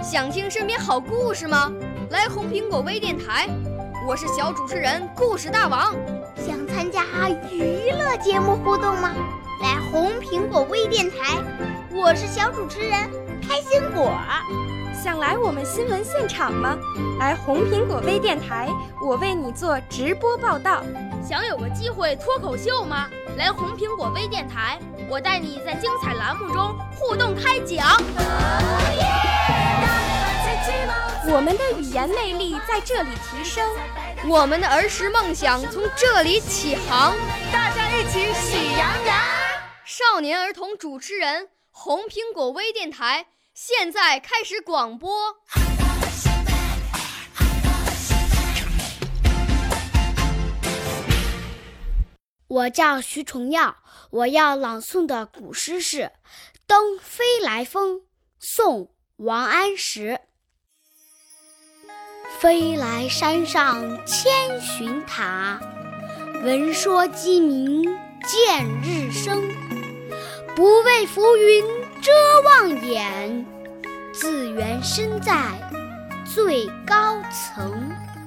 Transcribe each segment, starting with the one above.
想听身边好故事吗？来红苹果微电台，我是小主持人故事大王。 想参加娱乐节目互动吗？来红苹果微电台，我是小主持人开心果。 想来我们新闻现场吗？来红苹果微电台，我为你做直播报道。 想有个机会脱口秀吗？来红苹果微电台，我带你在精彩栏目中互动开讲。 我们的语言魅力在这里提升， 我们的儿时梦想从这里起航。 大家一起喜羊羊。 少年儿童主持人，红苹果微电台现在开始广播。 我叫徐崇耀，我要朗诵的古诗是《登飞来峰》，宋·王安石。飞来山上千寻塔，闻说鸡鸣见日升。不为浮云遮望眼，自缘身在最高层。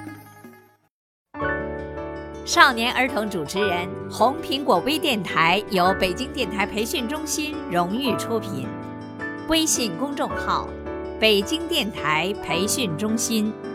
少年儿童主持人，红苹果微电台由北京电台培训中心荣誉出品，微信公众号：北京电台培训中心。